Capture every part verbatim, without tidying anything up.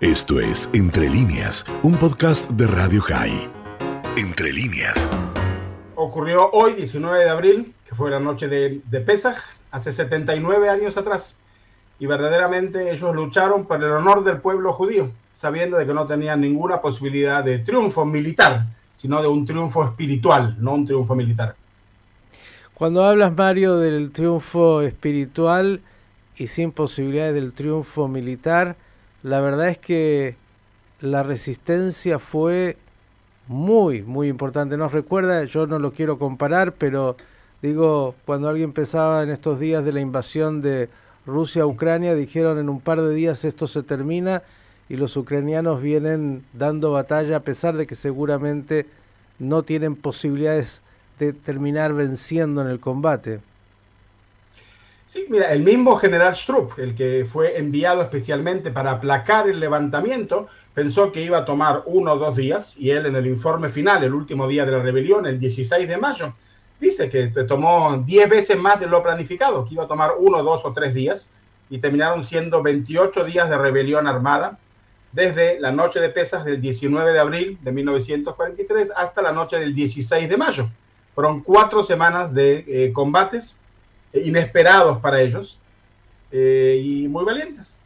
Esto es Entre Líneas, un podcast de Radio High. Entre Líneas. Ocurrió hoy, diecinueve de abril, que fue la noche de, de Pesaj, hace setenta y nueve años atrás. Y verdaderamente ellos lucharon por el honor del pueblo judío, sabiendo de que no tenían ninguna posibilidad de triunfo militar, sino de un triunfo espiritual, no un triunfo militar. Cuando hablas, Mario, del triunfo espiritual y sin posibilidades del triunfo militar, la verdad es que la resistencia fue muy, muy importante. Nos recuerda, yo no lo quiero comparar, pero digo, cuando alguien pensaba en estos días de la invasión de Rusia a Ucrania, dijeron en un par de días esto se termina y los ucranianos vienen dando batalla a pesar de que seguramente no tienen posibilidades de terminar venciendo en el combate. Sí, mira, el mismo general Stroop, el que fue enviado especialmente para aplacar el levantamiento, pensó que iba a tomar uno o dos días, y él en el informe final, el último día de la rebelión, el dieciséis de mayo, dice que te tomó diez veces más de lo planificado, que iba a tomar uno, dos o tres días, y terminaron siendo veintiocho días de rebelión armada, desde la noche de Pesaj del diecinueve de abril de mil novecientos cuarenta y tres hasta la noche del dieciséis de mayo. Fueron cuatro semanas de eh, combates eh, inesperados para ellos eh, y muy valientes.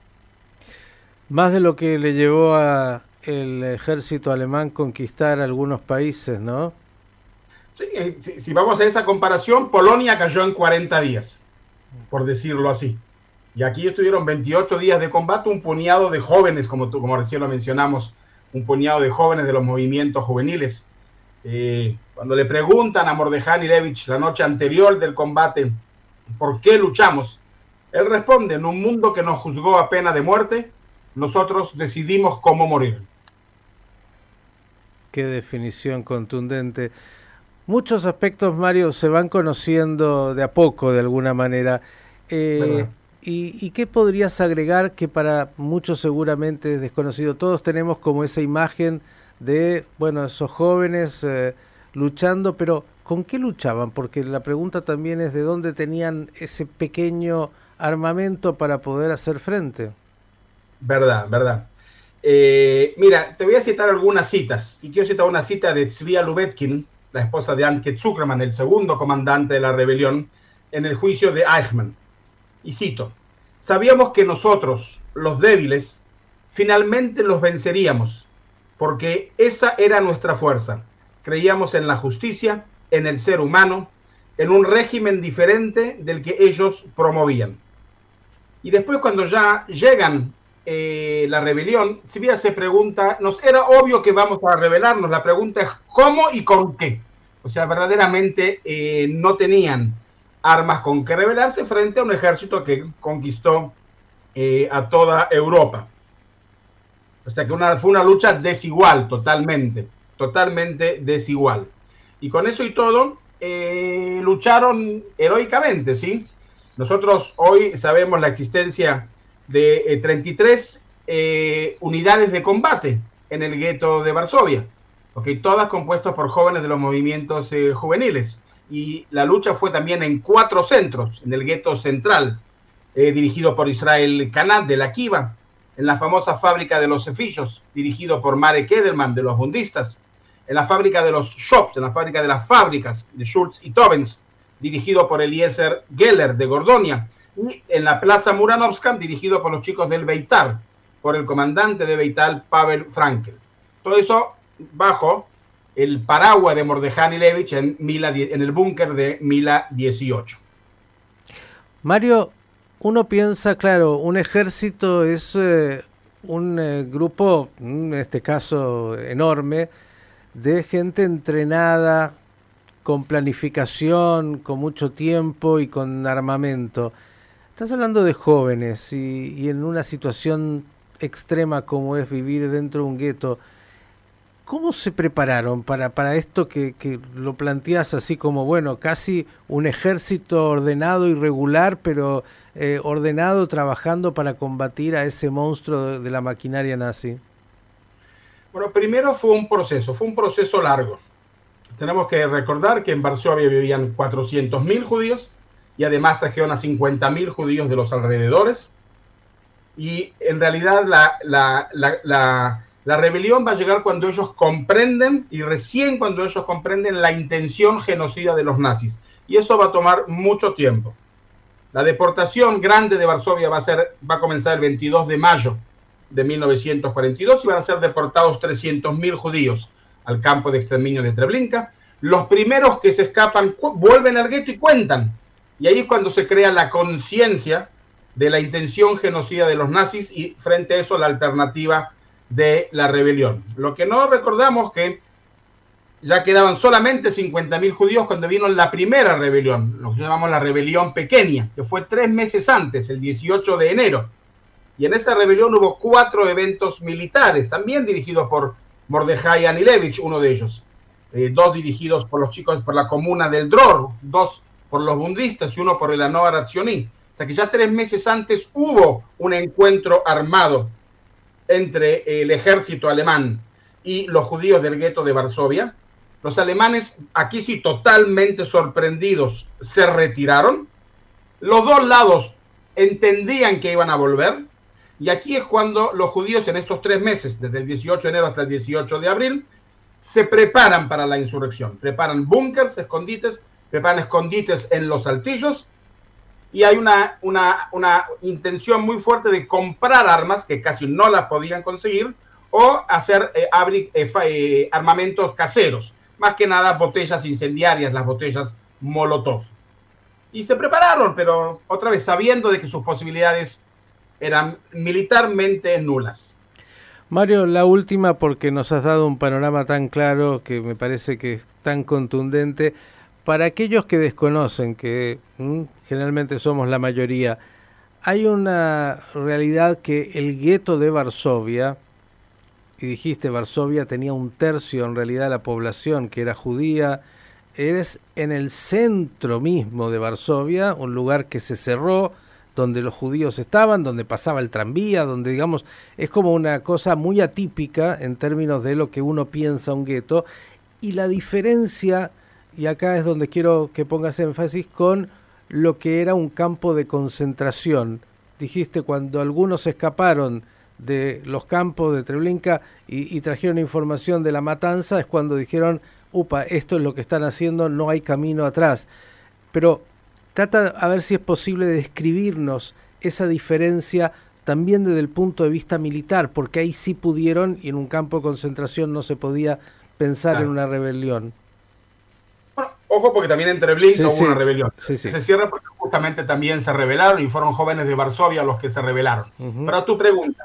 Más de lo que le llevó a el ejército alemán conquistar algunos países, ¿no? Sí, eh, si, si vamos a esa comparación, Polonia cayó en cuarenta días, por decirlo así. Y aquí estuvieron veintiocho días de combate, un puñado de jóvenes, como, tú, como recién lo mencionamos, un puñado de jóvenes de los movimientos juveniles. Eh, cuando le preguntan a Mordejai Levich la noche anterior del combate ¿por qué luchamos?, él responde: en un mundo que nos juzgó a pena de muerte, nosotros decidimos cómo morir. Qué definición contundente. Muchos aspectos, Mario, se van conociendo de a poco, de alguna manera. Eh, y, ¿Y qué podrías agregar que para muchos seguramente es desconocido? Todos tenemos como esa imagen de, bueno, esos jóvenes eh, luchando, pero ¿con qué luchaban? Porque la pregunta también es de dónde tenían ese pequeño armamento para poder hacer frente. Verdad, verdad. Eh, mira, te voy a citar algunas citas, y quiero citar una cita de Tzvia Lubetkin, la esposa de Anke Zuckerman, el segundo comandante de la rebelión, en el juicio de Eichmann. Y cito: sabíamos que nosotros, los débiles, finalmente los venceríamos, porque esa era nuestra fuerza. Creíamos en la justicia, en el ser humano, en un régimen diferente del que ellos promovían. Y después, cuando ya llegan eh, la rebelión, Tzvia se pregunta, nos era obvio que vamos a rebelarnos, la pregunta es ¿cómo y con qué? O sea, verdaderamente eh, no tenían armas con que rebelarse frente a un ejército que conquistó eh, a toda Europa. O sea que una, fue una lucha desigual, totalmente, totalmente desigual. Y con eso y todo, eh, lucharon heroicamente, ¿sí? Nosotros hoy sabemos la existencia de eh, treinta y tres eh, unidades de combate en el gueto de Varsovia, ¿okay? Todas compuestas por jóvenes de los movimientos eh, juveniles. Y la lucha fue también en cuatro centros, en el gueto central, eh, dirigido por Israel Kanat de la Kiva, en la famosa fábrica de los cefillos, dirigido por Marek Edelman de los bundistas, en la fábrica de los shops, en la fábrica de las fábricas de Schultz y Tobens, dirigido por Eliezer Geller de Gordonia, y en la plaza Muranovska, dirigido por los chicos del Beitar, por el comandante de Beitar, Pavel Frankel. Todo eso bajo el paraguas de Mordejai Levich en, Mila, en el búnker de Mila dieciocho. Mario, uno piensa, claro, un ejército es eh, un eh, grupo, en este caso enorme, de gente entrenada, con planificación, con mucho tiempo y con armamento. Estás hablando de jóvenes y, y en una situación extrema como es vivir dentro de un gueto. ¿Cómo se prepararon para, para esto que, que lo planteas así como, bueno, casi un ejército ordenado y regular, pero eh, ordenado, trabajando para combatir a ese monstruo de, de la maquinaria nazi? Bueno, primero fue un proceso, fue un proceso largo. Tenemos que recordar que en Varsovia vivían cuatrocientos mil judíos y además trajeron a cincuenta mil judíos de los alrededores. y en realidad la, la, la, la, la rebelión va a llegar cuando ellos comprenden, y recién cuando ellos comprenden la intención genocida de los nazis, y eso va a tomar mucho tiempo. La deportación grande de Varsovia va a, ser, va a comenzar el veintidós de mayo de mil novecientos cuarenta y dos y van a ser deportados trescientos mil judíos al campo de exterminio de Treblinka. Los primeros que se escapan vuelven al gueto y cuentan. Y ahí es cuando se crea la conciencia de la intención genocida de los nazis y frente a eso la alternativa de la rebelión. Lo que no recordamos que ya quedaban solamente cincuenta mil judíos cuando vino la primera rebelión, lo que llamamos la rebelión pequeña, que fue tres meses antes, el dieciocho de enero. Y en esa rebelión hubo cuatro eventos militares, también dirigidos por Mordejai Anilevich, uno de ellos. Eh, dos dirigidos por los chicos por la comuna del Dror, dos por los bundistas y uno por el Anoar Atzioni. O sea que ya tres meses antes hubo un encuentro armado entre el ejército alemán y los judíos del gueto de Varsovia. Los alemanes, aquí sí totalmente sorprendidos, se retiraron. Los dos lados entendían que iban a volver. Y aquí es cuando los judíos en estos tres meses, desde el dieciocho de enero hasta el dieciocho de abril, se preparan para la insurrección. Preparan búnkers, escondites, preparan escondites en los altillos, y hay una, una, una intención muy fuerte de comprar armas que casi no las podían conseguir, o hacer eh, abri, eh, eh, armamentos caseros, más que nada botellas incendiarias, las botellas Molotov. Y se prepararon, pero otra vez sabiendo de que sus posibilidades eran militarmente nulas. Mario, la última, porque nos has dado un panorama tan claro que me parece que es tan contundente. Para aquellos que desconocen, que ¿m? generalmente somos la mayoría, hay una realidad que el gueto de Varsovia, y dijiste Varsovia tenía un tercio en realidad de la población que era judía, eres en el centro mismo de Varsovia, un lugar que se cerró, donde los judíos estaban, donde pasaba el tranvía, donde digamos es como una cosa muy atípica en términos de lo que uno piensa un gueto, y la diferencia, y acá es donde quiero que pongas énfasis, con lo que era un campo de concentración. Dijiste cuando algunos escaparon de los campos de Treblinka y, y trajeron información de la matanza, es cuando dijeron, upa, esto es lo que están haciendo, no hay camino atrás. Pero trata a ver si es posible describirnos esa diferencia también desde el punto de vista militar, porque ahí sí pudieron y en un campo de concentración no se podía pensar claro. en una rebelión. Bueno, ojo, porque también en Treblinka sí, hubo sí. una rebelión. Sí, sí. Se cierra porque justamente también se rebelaron y fueron jóvenes de Varsovia los que se rebelaron. Uh-huh. Pero a tu pregunta,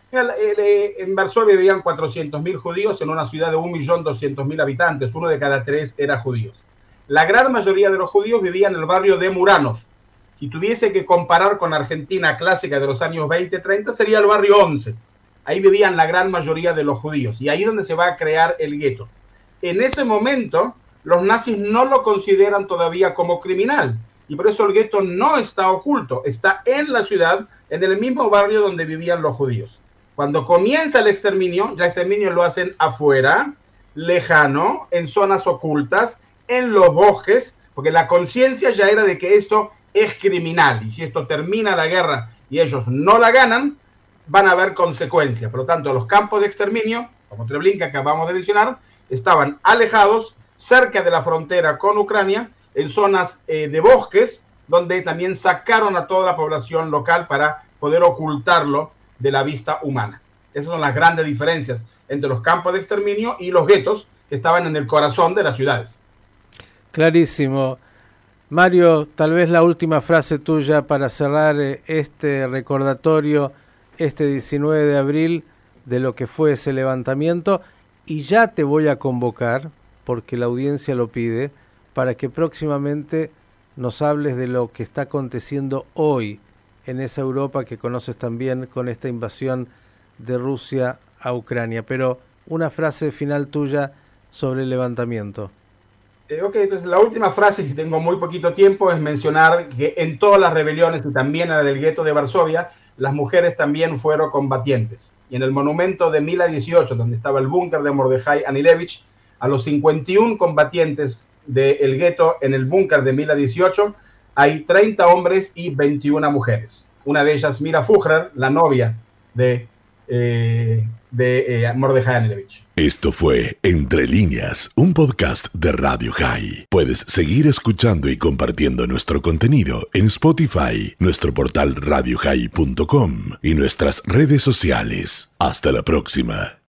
en Varsovia vivían cuatrocientos mil judíos en una ciudad de un millón doscientos mil habitantes, uno de cada tres era judíos. La gran mayoría de los judíos vivían en el barrio de Muranov. Si tuviese que comparar con Argentina clásica de los años veinte, treinta, sería el barrio once. Ahí vivían la gran mayoría de los judíos y ahí es donde se va a crear el gueto. En ese momento, los nazis no lo consideran todavía como criminal y por eso el gueto no está oculto, está en la ciudad, en el mismo barrio donde vivían los judíos. Cuando comienza el exterminio, ya el exterminio lo hacen afuera, lejano, en zonas ocultas, en los bosques, porque la conciencia ya era de que esto es criminal y si esto termina la guerra y ellos no la ganan, van a haber consecuencias. Por lo tanto, los campos de exterminio, como Treblinka que acabamos de mencionar, estaban alejados, cerca de la frontera con Ucrania, en zonas eh, de bosques, donde también sacaron a toda la población local para poder ocultarlo de la vista humana. Esas son las grandes diferencias entre los campos de exterminio y los guetos que estaban en el corazón de las ciudades. Clarísimo. Mario, tal vez la última frase tuya para cerrar este recordatorio, este diecinueve de abril, de lo que fue ese levantamiento, y ya te voy a convocar, porque la audiencia lo pide, para que próximamente nos hables de lo que está aconteciendo hoy en esa Europa que conoces también con esta invasión de Rusia a Ucrania. Pero una frase final tuya sobre el levantamiento. Eh, ok, entonces la última frase, si tengo muy poquito tiempo, es mencionar que en todas las rebeliones y también en la del gueto de Varsovia, las mujeres también fueron combatientes. Y en el monumento de Mila dieciocho, donde estaba el búnker de Mordejai Anilevich, a los cincuenta y uno combatientes del gueto en el búnker de Mila dieciocho, hay treinta hombres y veintiuna mujeres. una de ellas Mira Fugger, la novia de, eh, de eh, Mordechai Anilevich. Esto fue Entre Líneas, un podcast de Radio High. Puedes seguir escuchando y compartiendo nuestro contenido en Spotify, nuestro portal radio high punto com y nuestras redes sociales. Hasta la próxima.